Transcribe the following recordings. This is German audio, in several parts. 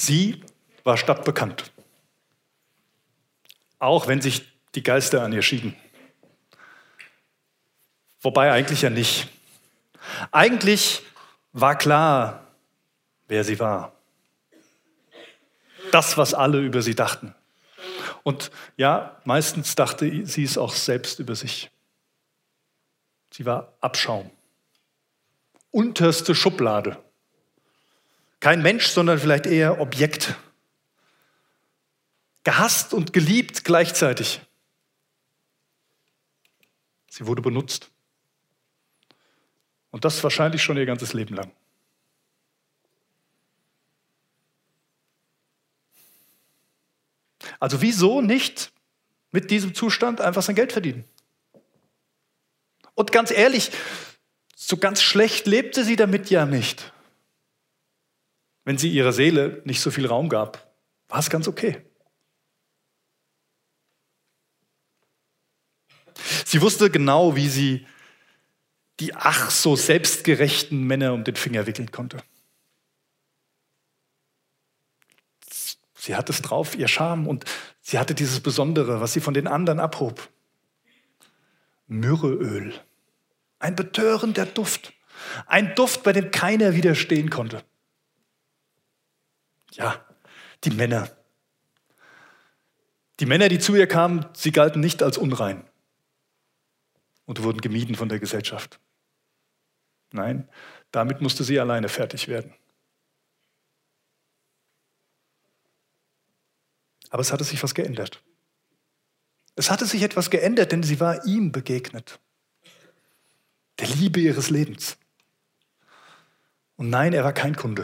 Sie war stadtbekannt, auch wenn sich die Geister an ihr schieden. Wobei eigentlich ja nicht. Eigentlich war klar, wer sie war. Das, was alle über sie dachten. Und ja, meistens dachte sie es auch selbst über sich. Sie war Abschaum. Unterste Schublade. Kein Mensch, sondern vielleicht eher Objekt. Gehasst und geliebt gleichzeitig. Sie wurde benutzt. Und das wahrscheinlich schon ihr ganzes Leben lang. Also wieso nicht mit diesem Zustand einfach sein Geld verdienen? Und ganz ehrlich, so ganz schlecht lebte sie damit ja nicht. Wenn sie ihrer Seele nicht so viel Raum gab, war es ganz okay. Sie wusste genau, wie sie die ach so selbstgerechten Männer um den Finger wickeln konnte. Sie hatte es drauf, ihr Charme, und sie hatte dieses Besondere, was sie von den anderen abhob. Myrrheöl. Ein betörender Duft. Ein Duft, bei dem keiner widerstehen konnte. Ja, die Männer. Die Männer, die zu ihr kamen, sie galten nicht als unrein und wurden gemieden von der Gesellschaft. Nein, damit musste sie alleine fertig werden. Aber es hatte sich was geändert. Es hatte sich etwas geändert, denn sie war ihm begegnet. Der Liebe ihres Lebens. Und nein, er war kein Kunde.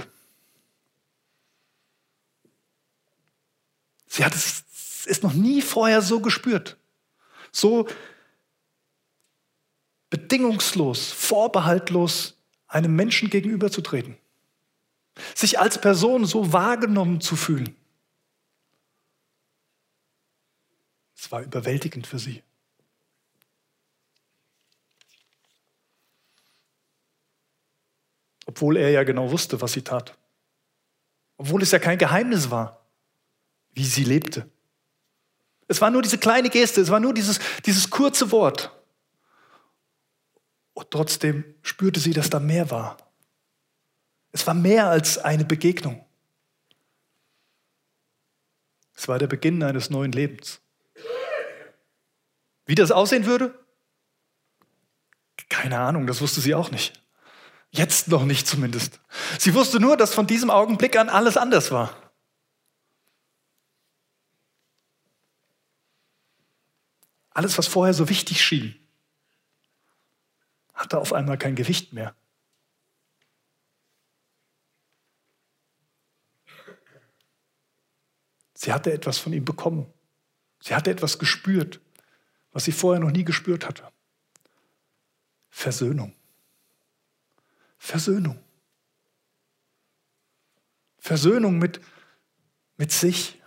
Sie hat es noch nie vorher so gespürt. So bedingungslos, vorbehaltlos einem Menschen gegenüberzutreten. Sich als Person so wahrgenommen zu fühlen. Es war überwältigend für sie. Obwohl er ja genau wusste, was sie tat. Obwohl es ja kein Geheimnis war, wie sie lebte. Es war nur diese kleine Geste, es war nur dieses kurze Wort. Und trotzdem spürte sie, dass da mehr war. Es war mehr als eine Begegnung. Es war der Beginn eines neuen Lebens. Wie das aussehen würde? Keine Ahnung, das wusste sie auch nicht. Jetzt noch nicht zumindest. Sie wusste nur, dass von diesem Augenblick an alles anders war. Alles, was vorher so wichtig schien, hatte auf einmal kein Gewicht mehr. Sie hatte etwas von ihm bekommen. Sie hatte etwas gespürt, was sie vorher noch nie gespürt hatte. Versöhnung. Versöhnung. Versöhnung mit sich.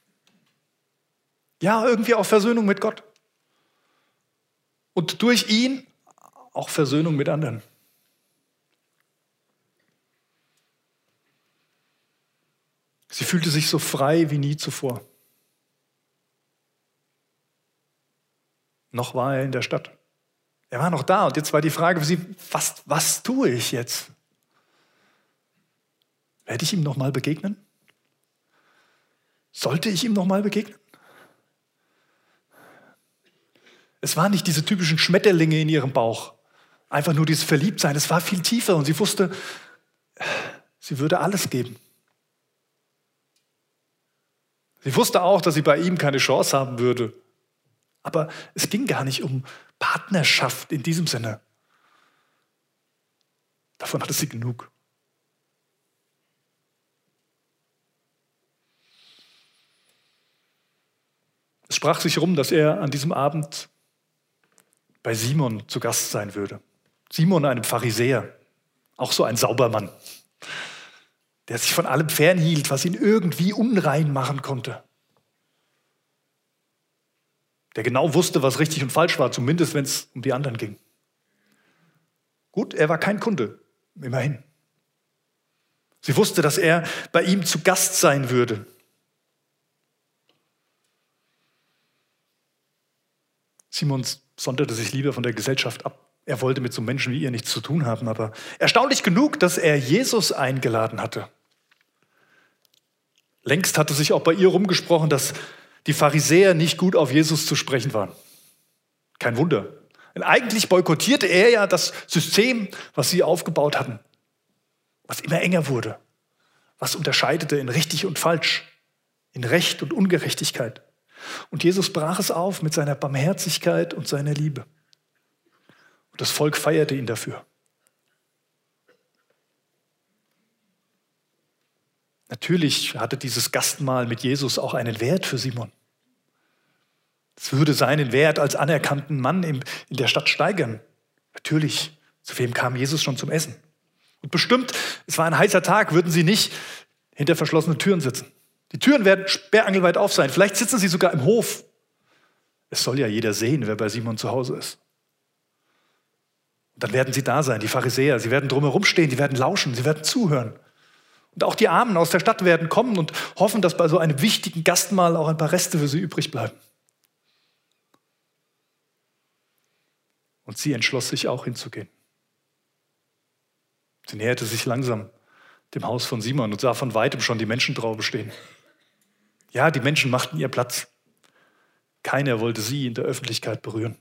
Ja, irgendwie auch Versöhnung mit Gott. Und durch ihn auch Versöhnung mit anderen. Sie fühlte sich so frei wie nie zuvor. Noch war er in der Stadt. Er war noch da und jetzt war die Frage für sie, was tue ich jetzt? Werde ich ihm nochmal begegnen? Sollte ich ihm nochmal begegnen? Es waren nicht diese typischen Schmetterlinge in ihrem Bauch. Einfach nur dieses Verliebtsein. Es war viel tiefer und sie wusste, sie würde alles geben. Sie wusste auch, dass sie bei ihm keine Chance haben würde. Aber es ging gar nicht um Partnerschaft in diesem Sinne. Davon hatte sie genug. Es sprach sich rum, dass er an diesem Abend bei Simon zu Gast sein würde. Simon, einem Pharisäer, auch so ein Saubermann, der sich von allem fernhielt, was ihn irgendwie unrein machen konnte. Der genau wusste, was richtig und falsch war, zumindest wenn es um die anderen ging. Gut, er war kein Kunde, immerhin. Sie wusste, dass er bei ihm zu Gast sein würde. Simon sonderte sich lieber von der Gesellschaft ab. Er wollte mit so Menschen wie ihr nichts zu tun haben, aber erstaunlich genug, dass er Jesus eingeladen hatte. Längst hatte sich auch bei ihr rumgesprochen, dass die Pharisäer nicht gut auf Jesus zu sprechen waren. Kein Wunder. Denn eigentlich boykottierte er ja das System, was sie aufgebaut hatten, was immer enger wurde, was unterscheidete in richtig und falsch, in Recht und Ungerechtigkeit. Und Jesus brach es auf mit seiner Barmherzigkeit und seiner Liebe. Und das Volk feierte ihn dafür. Natürlich hatte dieses Gastmahl mit Jesus auch einen Wert für Simon. Es würde seinen Wert als anerkannten Mann in der Stadt steigern. Natürlich, zu wem kam Jesus schon zum Essen? Und bestimmt, es war ein heißer Tag, würden sie nicht hinter verschlossenen Türen sitzen. Die Türen werden sperrangelweit auf sein. Vielleicht sitzen sie sogar im Hof. Es soll ja jeder sehen, wer bei Simon zu Hause ist. Und dann werden sie da sein, die Pharisäer. Sie werden drumherum stehen, sie werden lauschen, sie werden zuhören. Und auch die Armen aus der Stadt werden kommen und hoffen, dass bei so einem wichtigen Gastmahl auch ein paar Reste für sie übrig bleiben. Und sie entschloss sich auch hinzugehen. Sie näherte sich langsam dem Haus von Simon und sah von weitem schon die Menschentraube stehen. Ja, die Menschen machten ihr Platz. Keiner wollte sie in der Öffentlichkeit berühren.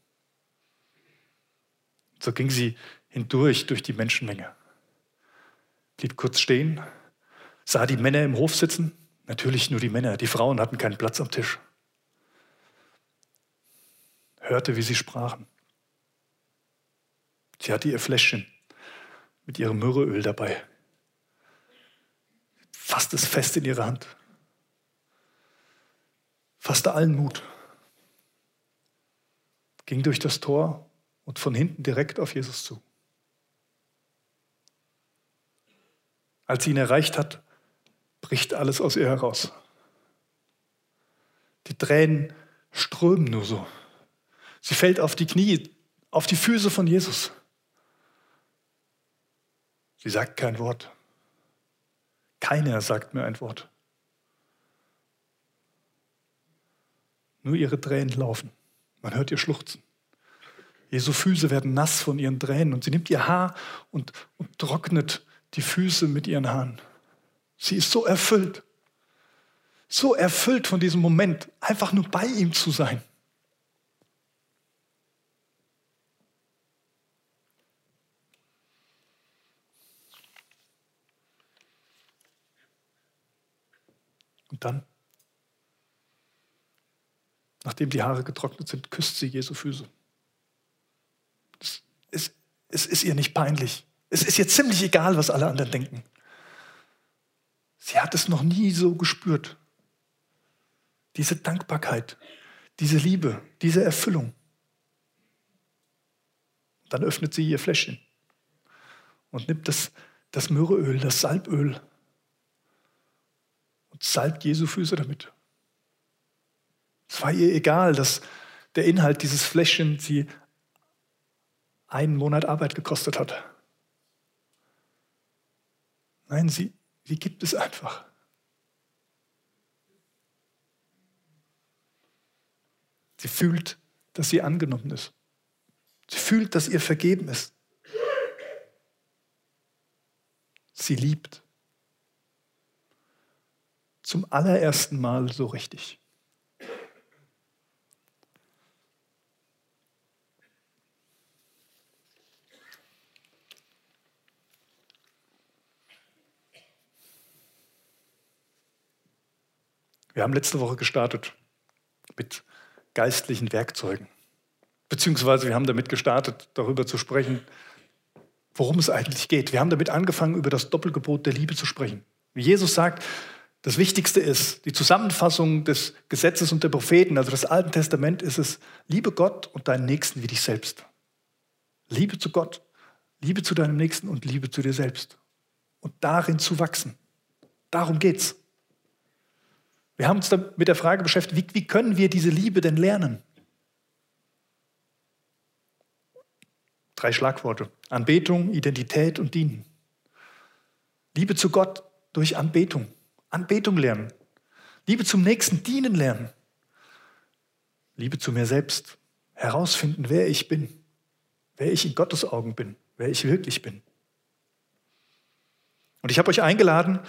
So ging sie hindurch durch die Menschenmenge. Blieb kurz stehen, sah die Männer im Hof sitzen. Natürlich nur die Männer, die Frauen hatten keinen Platz am Tisch. Hörte, wie sie sprachen. Sie hatte ihr Fläschchen mit ihrem Myrrheöl dabei. Fasste es fest in ihre Hand. Fasste allen Mut. Ging durch das Tor und von hinten direkt auf Jesus zu. Als sie ihn erreicht hat, bricht alles aus ihr heraus. Die Tränen strömen nur so. Sie fällt auf die Knie, auf die Füße von Jesus. Sie sagt kein Wort. Keiner sagt mir ein Wort. Nur ihre Tränen laufen. Man hört ihr schluchzen. Jesu Füße werden nass von ihren Tränen und sie nimmt ihr Haar und trocknet die Füße mit ihren Haaren. Sie ist so erfüllt von diesem Moment, einfach nur bei ihm zu sein. Und dann, nachdem die Haare getrocknet sind, küsst sie Jesu Füße. Es ist ihr nicht peinlich. Es ist ihr ziemlich egal, was alle anderen denken. Sie hat es noch nie so gespürt. Diese Dankbarkeit, diese Liebe, diese Erfüllung. Dann öffnet sie ihr Fläschchen und nimmt das Myrrheöl, das Salböl und salbt Jesu Füße damit. Es war ihr egal, dass der Inhalt dieses Fläschchens sie 1 Monat Arbeit gekostet hat. Nein, sie gibt es einfach. Sie fühlt, dass sie angenommen ist. Sie fühlt, dass ihr vergeben ist. Sie liebt. Zum allerersten Mal so richtig. Wir haben letzte Woche gestartet mit geistlichen Werkzeugen. Beziehungsweise wir haben damit gestartet, darüber zu sprechen, worum es eigentlich geht. Wir haben damit angefangen, über das Doppelgebot der Liebe zu sprechen. Wie Jesus sagt, das Wichtigste ist, die Zusammenfassung des Gesetzes und der Propheten, also das Alte Testament, ist es, liebe Gott und deinen Nächsten wie dich selbst. Liebe zu Gott, Liebe zu deinem Nächsten und Liebe zu dir selbst. Und darin zu wachsen. Darum geht's. Wir haben uns dann mit der Frage beschäftigt, wie können wir diese Liebe denn lernen? 3 Schlagworte. Anbetung, Identität und Dienen. Liebe zu Gott durch Anbetung. Anbetung lernen. Liebe zum Nächsten dienen lernen. Liebe zu mir selbst. Herausfinden, wer ich bin. Wer ich in Gottes Augen bin. Wer ich wirklich bin. Und ich habe euch eingeladen,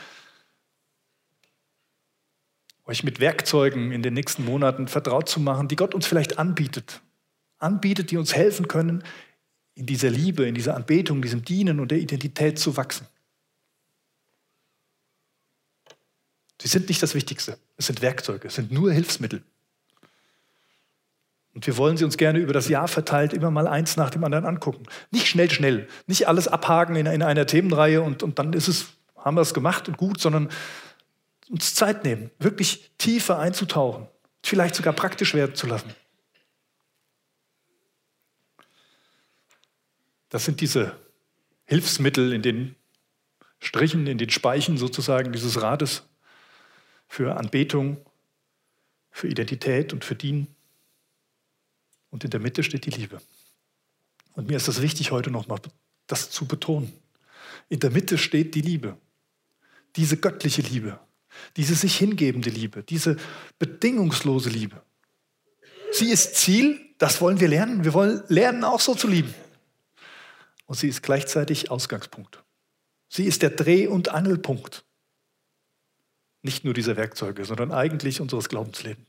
euch mit Werkzeugen in den nächsten Monaten vertraut zu machen, die Gott uns vielleicht anbietet. Anbietet, die uns helfen können, in dieser Liebe, in dieser Anbetung, in diesem Dienen und der Identität zu wachsen. Sie sind nicht das Wichtigste. Es sind Werkzeuge, es sind nur Hilfsmittel. Und wir wollen sie uns gerne über das Jahr verteilt immer mal eins nach dem anderen angucken. Nicht schnell, nicht alles abhaken in einer Themenreihe und dann haben wir es gemacht und gut, sondern uns Zeit nehmen, wirklich tiefer einzutauchen, vielleicht sogar praktisch werden zu lassen. Das sind diese Hilfsmittel in den Strichen, in den Speichen sozusagen dieses Rades für Anbetung, für Identität und für Dienen. Und in der Mitte steht die Liebe. Und mir ist das wichtig, heute nochmal das zu betonen. In der Mitte steht die Liebe. Diese göttliche Liebe. Diese sich hingebende Liebe. Diese bedingungslose Liebe. Sie ist Ziel, das wollen wir lernen. Wir wollen lernen, auch so zu lieben. Und sie ist gleichzeitig Ausgangspunkt. Sie ist der Dreh- und Angelpunkt. Nicht nur dieser Werkzeuge, sondern eigentlich unseres Glaubenslebens.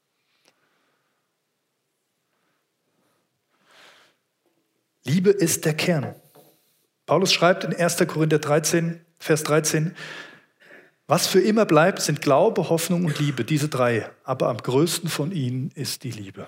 Liebe ist der Kern. Paulus schreibt in 1. Korinther 13, Vers 13, was für immer bleibt, sind Glaube, Hoffnung und Liebe, diese drei. Aber am größten von ihnen ist die Liebe.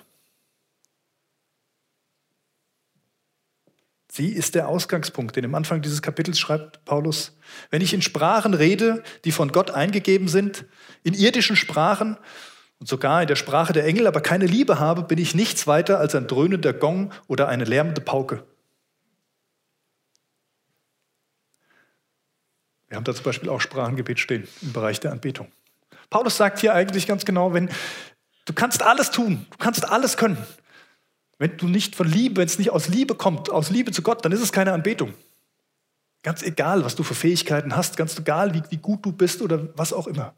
Sie ist der Ausgangspunkt. Denn am Anfang dieses Kapitels schreibt Paulus, wenn ich in Sprachen rede, die von Gott eingegeben sind, in irdischen Sprachen und sogar in der Sprache der Engel, aber keine Liebe habe, bin ich nichts weiter als ein dröhnender Gong oder eine lärmende Pauke. Wir haben da zum Beispiel auch Sprachengebet stehen im Bereich der Anbetung. Paulus sagt hier eigentlich ganz genau, du kannst alles tun, du kannst alles können. Wenn du nicht von Liebe, wenn es nicht aus Liebe kommt, aus Liebe zu Gott, dann ist es keine Anbetung. Ganz egal, was du für Fähigkeiten hast, ganz egal, wie gut du bist oder was auch immer.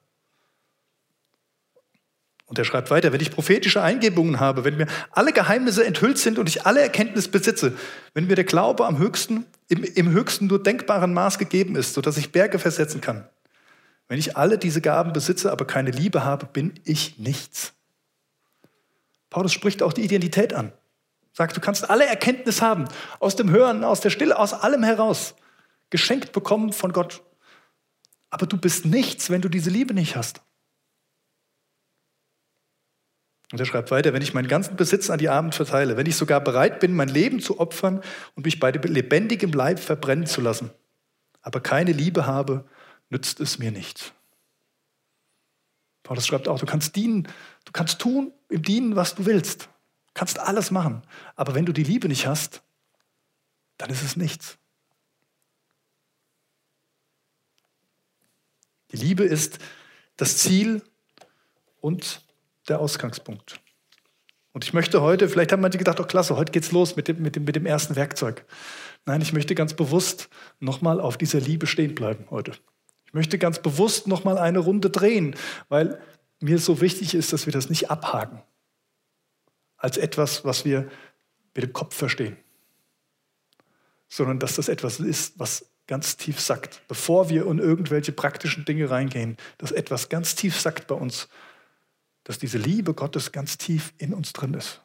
Und er schreibt weiter, wenn ich prophetische Eingebungen habe, wenn mir alle Geheimnisse enthüllt sind und ich alle Erkenntnis besitze, wenn mir der Glaube im höchsten nur denkbaren Maß gegeben ist, sodass ich Berge versetzen kann. Wenn ich alle diese Gaben besitze, aber keine Liebe habe, bin ich nichts. Paulus spricht auch die Identität an. Sagt, du kannst alle Erkenntnis haben, aus dem Hören, aus der Stille, aus allem heraus, geschenkt bekommen von Gott. Aber du bist nichts, wenn du diese Liebe nicht hast. Und er schreibt weiter, wenn ich meinen ganzen Besitz an die Armen verteile, wenn ich sogar bereit bin, mein Leben zu opfern und mich bei lebendigem Leib verbrennen zu lassen, aber keine Liebe habe, nützt es mir nichts. Paulus schreibt auch, du kannst dienen, du kannst tun im Dienen, was du willst. Du kannst alles machen. Aber wenn du die Liebe nicht hast, dann ist es nichts. Die Liebe ist das Ziel und der Ausgangspunkt. Und ich möchte heute, vielleicht haben manche gedacht, oh klasse, heute geht's los mit dem ersten Werkzeug. Nein, ich möchte ganz bewusst nochmal auf dieser Liebe stehen bleiben heute. Ich möchte ganz bewusst nochmal eine Runde drehen, weil mir so wichtig ist, dass wir das nicht abhaken. Als etwas, was wir mit dem Kopf verstehen. Sondern dass das etwas ist, was ganz tief sackt. Bevor wir in irgendwelche praktischen Dinge reingehen, dass etwas ganz tief sackt bei uns, dass diese Liebe Gottes ganz tief in uns drin ist.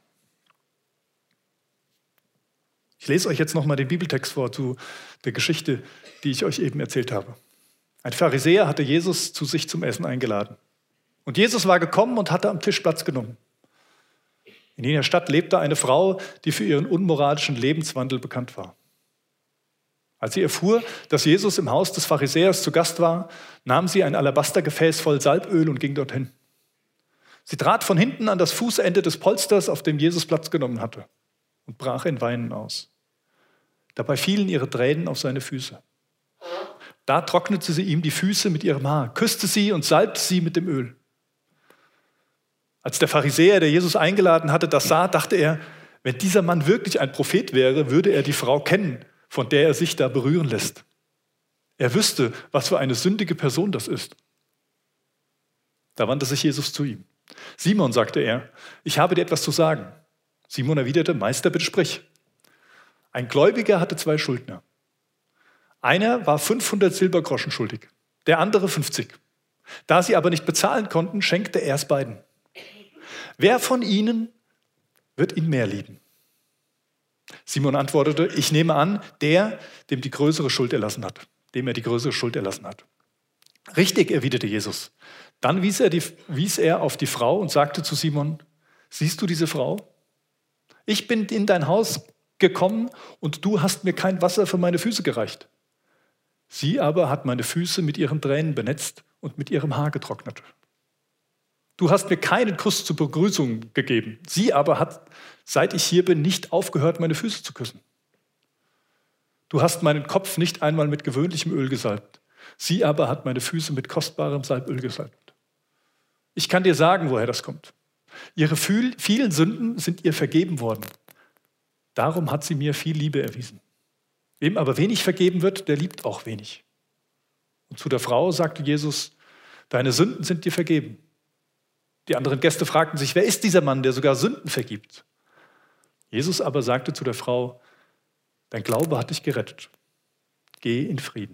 Ich lese euch jetzt nochmal den Bibeltext vor zu der Geschichte, die ich euch eben erzählt habe. Ein Pharisäer hatte Jesus zu sich zum Essen eingeladen. Und Jesus war gekommen und hatte am Tisch Platz genommen. In jener Stadt lebte eine Frau, die für ihren unmoralischen Lebenswandel bekannt war. Als sie erfuhr, dass Jesus im Haus des Pharisäers zu Gast war, nahm sie ein Alabastergefäß voll Salböl und ging dorthin. Sie trat von hinten an das Fußende des Polsters, auf dem Jesus Platz genommen hatte, und brach in Weinen aus. Dabei fielen ihre Tränen auf seine Füße. Da trocknete sie ihm die Füße mit ihrem Haar, küsste sie und salbte sie mit dem Öl. Als der Pharisäer, der Jesus eingeladen hatte, das sah, dachte er, wenn dieser Mann wirklich ein Prophet wäre, würde er die Frau kennen, von der er sich da berühren lässt. Er wüsste, was für eine sündige Person das ist. Da wandte sich Jesus zu ihm. Simon, sagte er, ich habe dir etwas zu sagen. Simon erwiderte, Meister, bitte sprich. Ein Gläubiger hatte 2 Schuldner. Einer war 500 Silbergroschen schuldig, der andere 50. Da sie aber nicht bezahlen konnten, schenkte er es beiden. Wer von ihnen wird ihn mehr lieben? Simon antwortete, ich nehme an, der, dem er die größere Schuld erlassen hat. Richtig, erwiderte Jesus. Dann wies er auf die Frau und sagte zu Simon, siehst du diese Frau? Ich bin in dein Haus gekommen und du hast mir kein Wasser für meine Füße gereicht. Sie aber hat meine Füße mit ihren Tränen benetzt und mit ihrem Haar getrocknet. Du hast mir keinen Kuss zur Begrüßung gegeben. Sie aber hat, seit ich hier bin, nicht aufgehört, meine Füße zu küssen. Du hast meinen Kopf nicht einmal mit gewöhnlichem Öl gesalbt. Sie aber hat meine Füße mit kostbarem Salböl gesalbt. Ich kann dir sagen, woher das kommt. Ihre vielen Sünden sind ihr vergeben worden. Darum hat sie mir viel Liebe erwiesen. Wem aber wenig vergeben wird, der liebt auch wenig. Und zu der Frau sagte Jesus, deine Sünden sind dir vergeben. Die anderen Gäste fragten sich, wer ist dieser Mann, der sogar Sünden vergibt? Jesus aber sagte zu der Frau, dein Glaube hat dich gerettet. Geh in Frieden.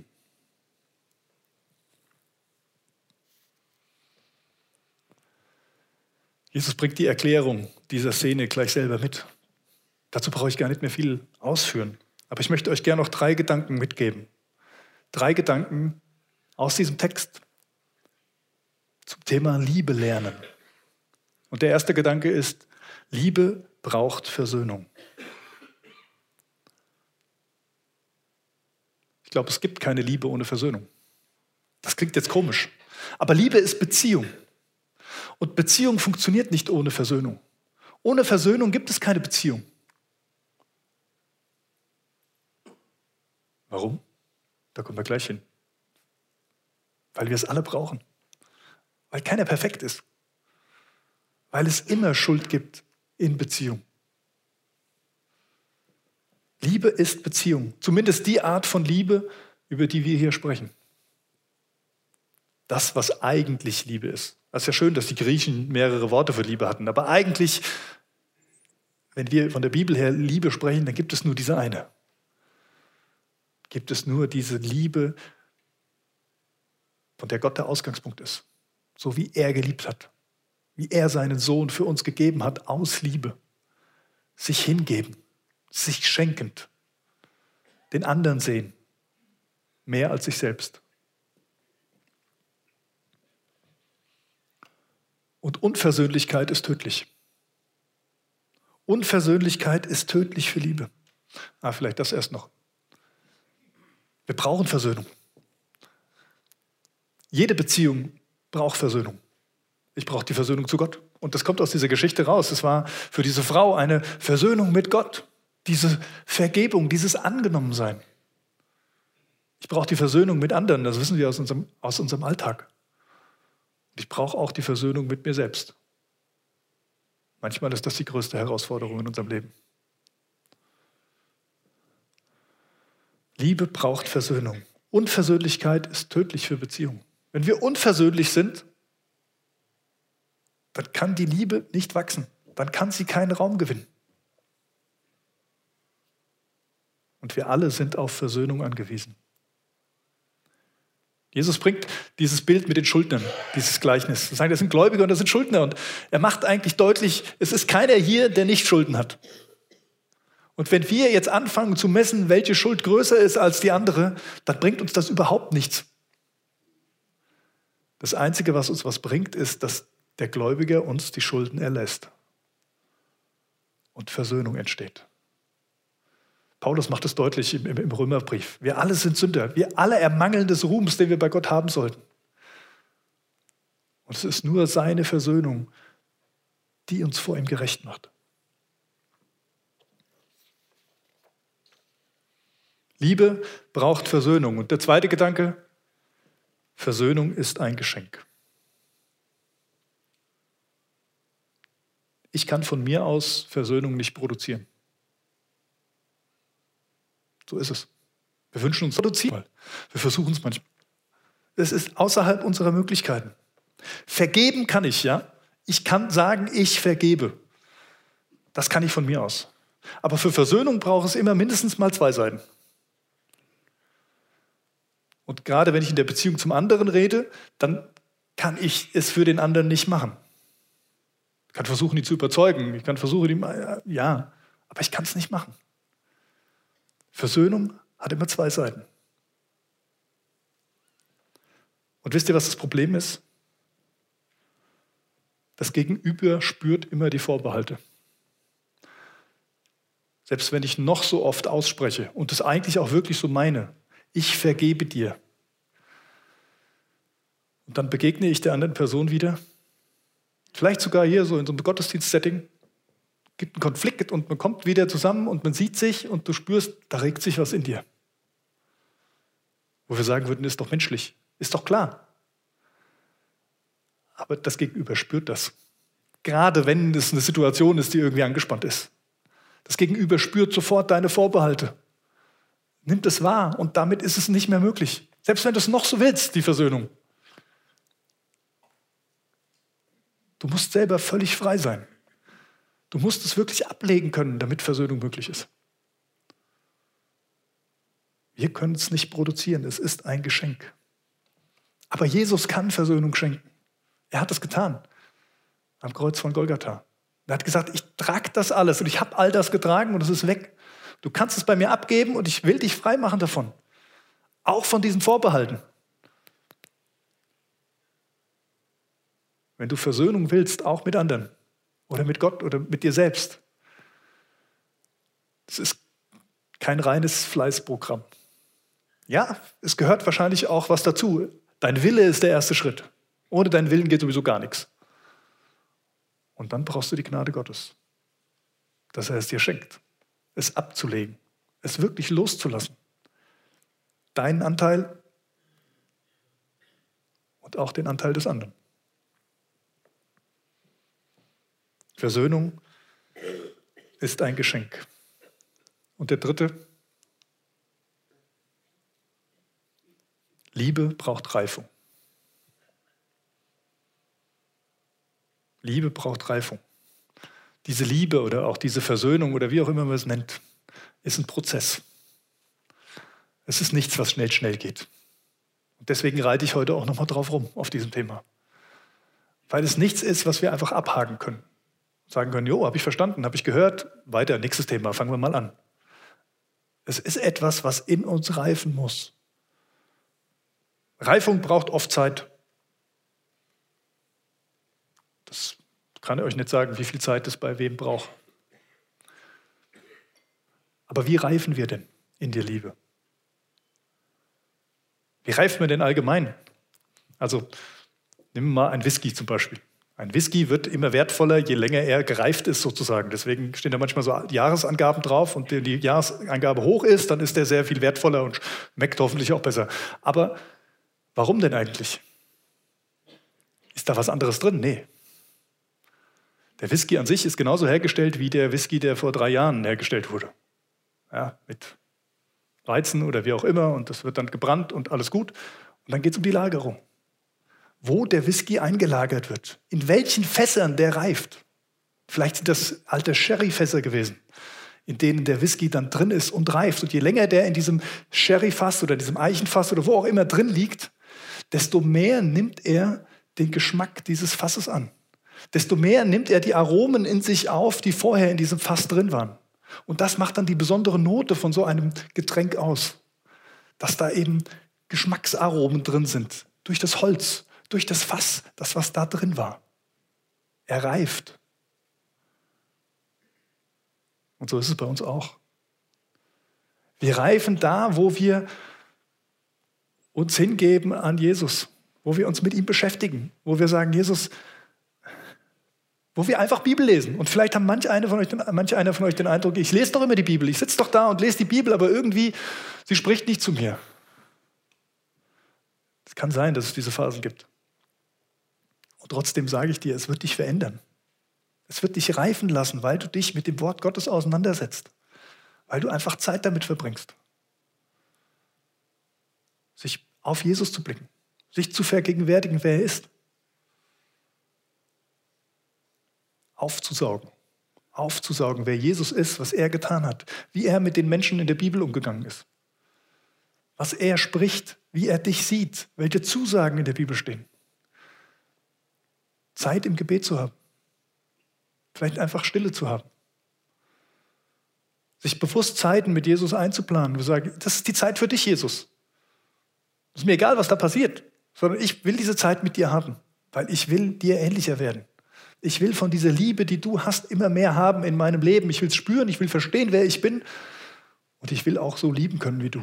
Jesus bringt die Erklärung dieser Szene gleich selber mit. Dazu brauche ich gar nicht mehr viel ausführen. Aber ich möchte euch gerne noch 3 Gedanken mitgeben. 3 Gedanken aus diesem Text zum Thema Liebe lernen. Und der erste Gedanke ist, Liebe braucht Versöhnung. Ich glaube, es gibt keine Liebe ohne Versöhnung. Das klingt jetzt komisch. Aber Liebe ist Beziehung. Und Beziehung funktioniert nicht ohne Versöhnung. Ohne Versöhnung gibt es keine Beziehung. Warum? Da kommen wir gleich hin. Weil wir es alle brauchen. Weil keiner perfekt ist. Weil es immer Schuld gibt in Beziehung. Liebe ist Beziehung. Zumindest die Art von Liebe, über die wir hier sprechen. Das, was eigentlich Liebe ist. Es ist ja schön, dass die Griechen mehrere Worte für Liebe hatten. Aber eigentlich, wenn wir von der Bibel her Liebe sprechen, dann gibt es nur diese eine. Gibt es nur diese Liebe, von der Gott der Ausgangspunkt ist. So wie er geliebt hat. Wie er seinen Sohn für uns gegeben hat, aus Liebe. Sich hingeben, sich schenkend, den anderen sehen, mehr als sich selbst. Und Unversöhnlichkeit ist tödlich. Unversöhnlichkeit ist tödlich für Liebe. Vielleicht das erst noch. Wir brauchen Versöhnung. Jede Beziehung braucht Versöhnung. Ich brauche die Versöhnung zu Gott. Und das kommt aus dieser Geschichte raus. Es war für diese Frau eine Versöhnung mit Gott. Diese Vergebung, dieses Angenommensein. Ich brauche die Versöhnung mit anderen. Das wissen wir aus unserem Alltag. Und ich brauche auch die Versöhnung mit mir selbst. Manchmal ist das die größte Herausforderung in unserem Leben. Liebe braucht Versöhnung. Unversöhnlichkeit ist tödlich für Beziehungen. Wenn wir unversöhnlich sind, dann kann die Liebe nicht wachsen. Dann kann sie keinen Raum gewinnen. Und wir alle sind auf Versöhnung angewiesen. Jesus bringt dieses Bild mit den Schuldnern, dieses Gleichnis. Er sagt, das sind Gläubige und das sind Schuldner. Und er macht eigentlich deutlich, es ist keiner hier, der nicht Schulden hat. Und wenn wir jetzt anfangen zu messen, welche Schuld größer ist als die andere, dann bringt uns das überhaupt nichts. Das Einzige, was uns was bringt, ist, dass der Gläubige uns die Schulden erlässt und Versöhnung entsteht. Paulus macht es deutlich im Römerbrief. Wir alle sind Sünder. Wir alle ermangeln des Ruhms, den wir bei Gott haben sollten. Und es ist nur seine Versöhnung, die uns vor ihm gerecht macht. Liebe braucht Versöhnung. Und der zweite Gedanke, Versöhnung ist ein Geschenk. Ich kann von mir aus Versöhnung nicht produzieren. So ist es. Wir wünschen uns produzieren. Wir versuchen es manchmal. Es ist außerhalb unserer Möglichkeiten. Vergeben kann ich, ja. Ich kann sagen, ich vergebe. Das kann ich von mir aus. Aber für Versöhnung braucht es immer mindestens mal 2 Seiten. Und gerade wenn ich in der Beziehung zum anderen rede, dann kann ich es für den anderen nicht machen. Ich kann versuchen, ihn zu überzeugen. Ich kann versuchen, ihm, ja, aber ich kann es nicht machen. Versöhnung hat immer 2 Seiten. Und wisst ihr, was das Problem ist? Das Gegenüber spürt immer die Vorbehalte. Selbst wenn ich noch so oft ausspreche und es eigentlich auch wirklich so meine, ich vergebe dir. Und dann begegne ich der anderen Person wieder. Vielleicht sogar hier so in so einem Gottesdienstsetting. Gibt einen Konflikt und man kommt wieder zusammen und man sieht sich und du spürst, da regt sich was in dir. Wo wir sagen würden, ist doch menschlich, ist doch klar. Aber das Gegenüber spürt das. Gerade wenn es eine Situation ist, die irgendwie angespannt ist. Das Gegenüber spürt sofort deine Vorbehalte. Nimmt es wahr und damit ist es nicht mehr möglich. Selbst wenn du es noch so willst, die Versöhnung. Du musst selber völlig frei sein. Du musst es wirklich ablegen können, damit Versöhnung möglich ist. Wir können es nicht produzieren, es ist ein Geschenk. Aber Jesus kann Versöhnung schenken. Er hat es getan am Kreuz von Golgatha. Er hat gesagt, ich trage das alles und ich habe all das getragen und es ist weg. Du kannst es bei mir abgeben und ich will dich frei machen davon. Auch von diesen Vorbehalten. Wenn du Versöhnung willst, auch mit anderen oder mit Gott oder mit dir selbst. Es ist kein reines Fleißprogramm. Ja, es gehört wahrscheinlich auch was dazu. Dein Wille ist der erste Schritt. Ohne deinen Willen geht sowieso gar nichts. Und dann brauchst du die Gnade Gottes, dass er es dir schenkt, es abzulegen, es wirklich loszulassen. Deinen Anteil und auch den Anteil des anderen. Versöhnung ist ein Geschenk. Und der dritte, Liebe braucht Reifung. Liebe braucht Reifung. Diese Liebe oder auch diese Versöhnung oder wie auch immer man es nennt, ist ein Prozess. Es ist nichts, was schnell geht. Und deswegen reite ich heute auch nochmal drauf rum, auf diesem Thema. Weil es nichts ist, was wir einfach abhaken können. Sagen können, jo, habe ich verstanden, habe ich gehört, weiter, nächstes Thema, fangen wir mal an. Es ist etwas, was in uns reifen muss. Reifung braucht oft Zeit. Das kann ich euch nicht sagen, wie viel Zeit es bei wem braucht. Aber wie reifen wir denn in der Liebe? Wie reifen wir denn allgemein? Also nehmen wir mal einen Whisky zum Beispiel. Ein Whisky wird immer wertvoller, je länger er gereift ist sozusagen. Deswegen stehen da manchmal so Jahresangaben drauf und wenn die Jahresangabe hoch ist, dann ist der sehr viel wertvoller und schmeckt hoffentlich auch besser. Aber warum denn eigentlich? Ist da was anderes drin? Nee. Der Whisky an sich ist genauso hergestellt wie der Whisky, der vor 3 Jahren hergestellt wurde. Ja, mit Weizen oder wie auch immer und das wird dann gebrannt und alles gut. Und dann geht es um die Lagerung. Wo der Whisky eingelagert wird, in welchen Fässern der reift. Vielleicht sind das alte Sherryfässer gewesen, in denen der Whisky dann drin ist und reift. Und je länger der in diesem Sherryfass oder diesem Eichenfass oder wo auch immer drin liegt, desto mehr nimmt er den Geschmack dieses Fasses an. Desto mehr nimmt er die Aromen in sich auf, die vorher in diesem Fass drin waren. Und das macht dann die besondere Note von so einem Getränk aus. Dass da eben Geschmacksaromen drin sind. Durch das Holz, durch das Fass, das was da drin war. Er reift. Und so ist es bei uns auch. Wir reifen da, wo wir uns hingeben an Jesus. Wo wir uns mit ihm beschäftigen. Wo wir sagen, Jesus, wo wir einfach Bibel lesen. Und vielleicht haben manch einer von euch den Eindruck, ich lese doch immer die Bibel, ich sitze doch da und lese die Bibel, aber irgendwie, sie spricht nicht zu mir. Es kann sein, dass es diese Phasen gibt. Und trotzdem sage ich dir, es wird dich verändern. Es wird dich reifen lassen, weil du dich mit dem Wort Gottes auseinandersetzt. Weil du einfach Zeit damit verbringst. sich auf Jesus zu blicken, sich zu vergegenwärtigen, wer er ist. Aufzusaugen, wer Jesus ist, was er getan hat, wie er mit den Menschen in der Bibel umgegangen ist, was er spricht, wie er dich sieht, welche Zusagen in der Bibel stehen. Zeit im Gebet zu haben, vielleicht einfach Stille zu haben, sich bewusst Zeiten mit Jesus einzuplanen. Wir sagen, das ist die Zeit für dich, Jesus. Es ist mir egal, was da passiert, sondern ich will diese Zeit mit dir haben, weil ich will dir ähnlicher werden. Ich will von dieser Liebe, die du hast, immer mehr haben in meinem Leben. Ich will es spüren, ich will verstehen, wer ich bin und ich will auch so lieben können wie du.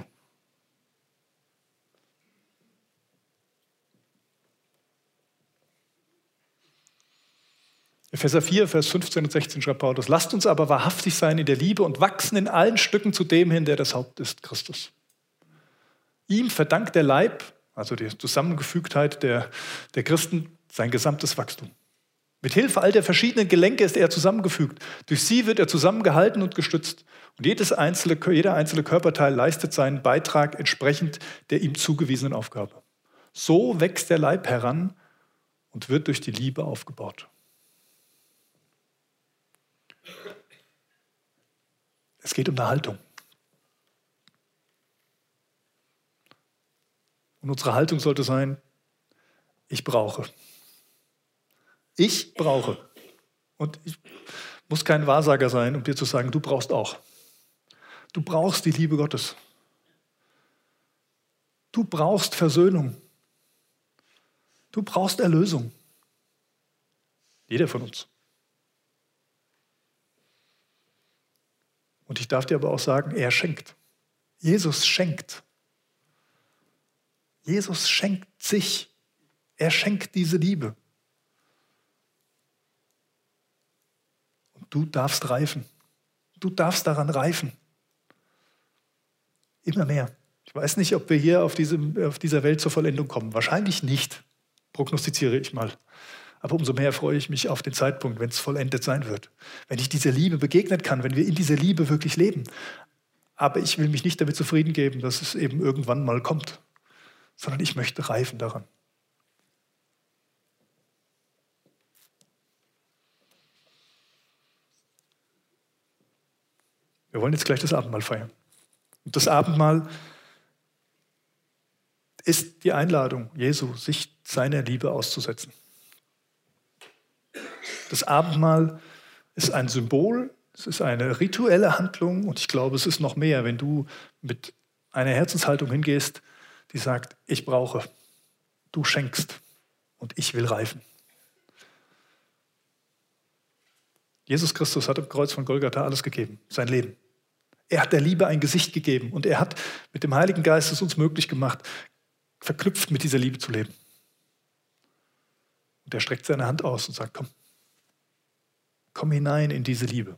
Epheser 4, Vers 15 und 16 schreibt Paulus: Lasst uns aber wahrhaftig sein in der Liebe und wachsen in allen Stücken zu dem hin, der das Haupt ist, Christus. Ihm verdankt der Leib, also die Zusammengefügtheit der Christen, sein gesamtes Wachstum. Mit Hilfe all der verschiedenen Gelenke ist er zusammengefügt. Durch sie wird er zusammengehalten und gestützt. Und jeder einzelne Körperteil leistet seinen Beitrag entsprechend der ihm zugewiesenen Aufgabe. So wächst der Leib heran und wird durch die Liebe aufgebaut. Es geht um eine Haltung. Und unsere Haltung sollte sein: Ich brauche. Ich brauche. Und ich muss kein Wahrsager sein, um dir zu sagen, du brauchst auch. Du brauchst die Liebe Gottes. Du brauchst Versöhnung. Du brauchst Erlösung. Jeder von uns. Und ich darf dir aber auch sagen, er schenkt. Jesus schenkt. Jesus schenkt sich. Er schenkt diese Liebe. Und du darfst reifen. Du darfst daran reifen. Immer mehr. Ich weiß nicht, ob wir hier auf dieser Welt zur Vollendung kommen. Wahrscheinlich nicht, prognostiziere ich mal. Aber umso mehr freue ich mich auf den Zeitpunkt, wenn es vollendet sein wird. Wenn ich dieser Liebe begegnen kann, wenn wir in dieser Liebe wirklich leben. Aber ich will mich nicht damit zufrieden geben, dass es eben irgendwann mal kommt, sondern ich möchte reifen daran. Wir wollen jetzt gleich das Abendmahl feiern. Und das Abendmahl ist die Einladung Jesu, sich seiner Liebe auszusetzen. Das Abendmahl ist ein Symbol, es ist eine rituelle Handlung und ich glaube, es ist noch mehr, wenn du mit einer Herzenshaltung hingehst, die sagt, ich brauche, du schenkst und ich will reifen. Jesus Christus hat am Kreuz von Golgatha alles gegeben, sein Leben. Er hat der Liebe ein Gesicht gegeben und er hat mit dem Heiligen Geist es uns möglich gemacht, verknüpft mit dieser Liebe zu leben. Und er streckt seine Hand aus und sagt, komm hinein in diese Liebe.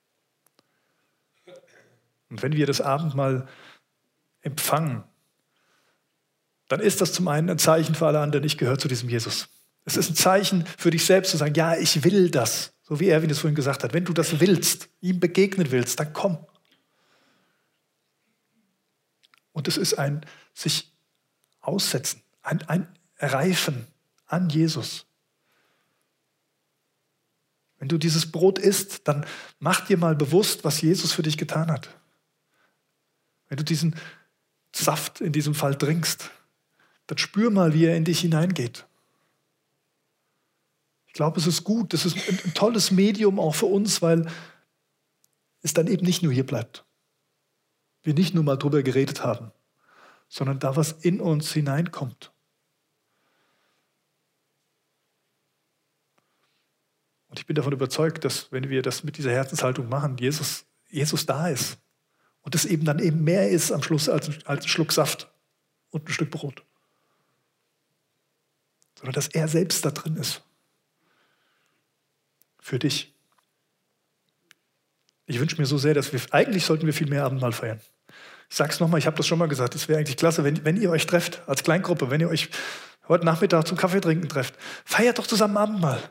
Und wenn wir das Abendmahl empfangen, dann ist das zum einen ein Zeichen für alle anderen, ich gehöre zu diesem Jesus. Es ist ein Zeichen für dich selbst zu sagen, ja, ich will das. So wie Erwin es vorhin gesagt hat, wenn du das willst, ihm begegnen willst, dann komm. Und es ist ein sich aussetzen, ein Reifen an Jesus. Wenn du dieses Brot isst, dann mach dir mal bewusst, was Jesus für dich getan hat. Wenn du diesen Saft in diesem Fall trinkst, dann spür mal, wie er in dich hineingeht. Ich glaube, es ist gut, es ist ein tolles Medium auch für uns, weil es dann eben nicht nur hier bleibt. Wir nicht nur mal drüber geredet haben, sondern da was in uns hineinkommt. Und ich bin davon überzeugt, dass wenn wir das mit dieser Herzenshaltung machen, Jesus da ist. Und es eben dann eben mehr ist am Schluss als ein Schluck Saft und ein Stück Brot. Sondern dass er selbst da drin ist. Für dich. Ich wünsche mir so sehr, dass eigentlich sollten wir viel mehr Abendmahl feiern. Ich sage es nochmal, ich habe das schon mal gesagt, es wäre eigentlich klasse, wenn ihr euch trefft als Kleingruppe, wenn ihr euch heute Nachmittag zum Kaffee trinken trefft. Feiert doch zusammen Abendmahl.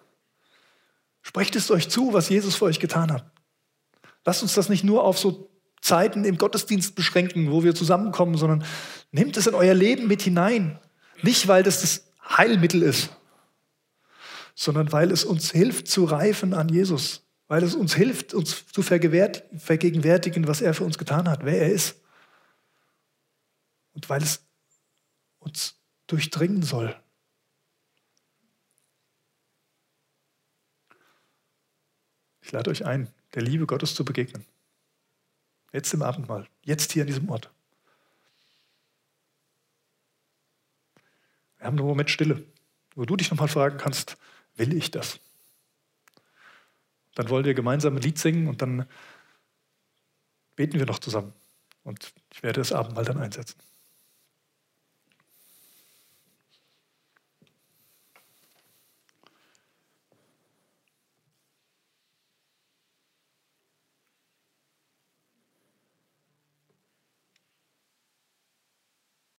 Sprecht es euch zu, was Jesus für euch getan hat. Lasst uns das nicht nur auf so Zeiten im Gottesdienst beschränken, wo wir zusammenkommen, sondern nehmt es in euer Leben mit hinein. Nicht, weil das Heilmittel ist, sondern weil es uns hilft zu reifen an Jesus, weil es uns hilft, uns zu vergegenwärtigen, was er für uns getan hat, wer er ist. Und weil es uns durchdringen soll. Ich lade euch ein, der Liebe Gottes zu begegnen. Jetzt im Abendmahl, jetzt hier an diesem Ort. Wir haben einen Moment Stille, wo du dich nochmal fragen kannst, will ich das? Dann wollen wir gemeinsam ein Lied singen und dann beten wir noch zusammen. Und ich werde das Abendmahl dann einsetzen.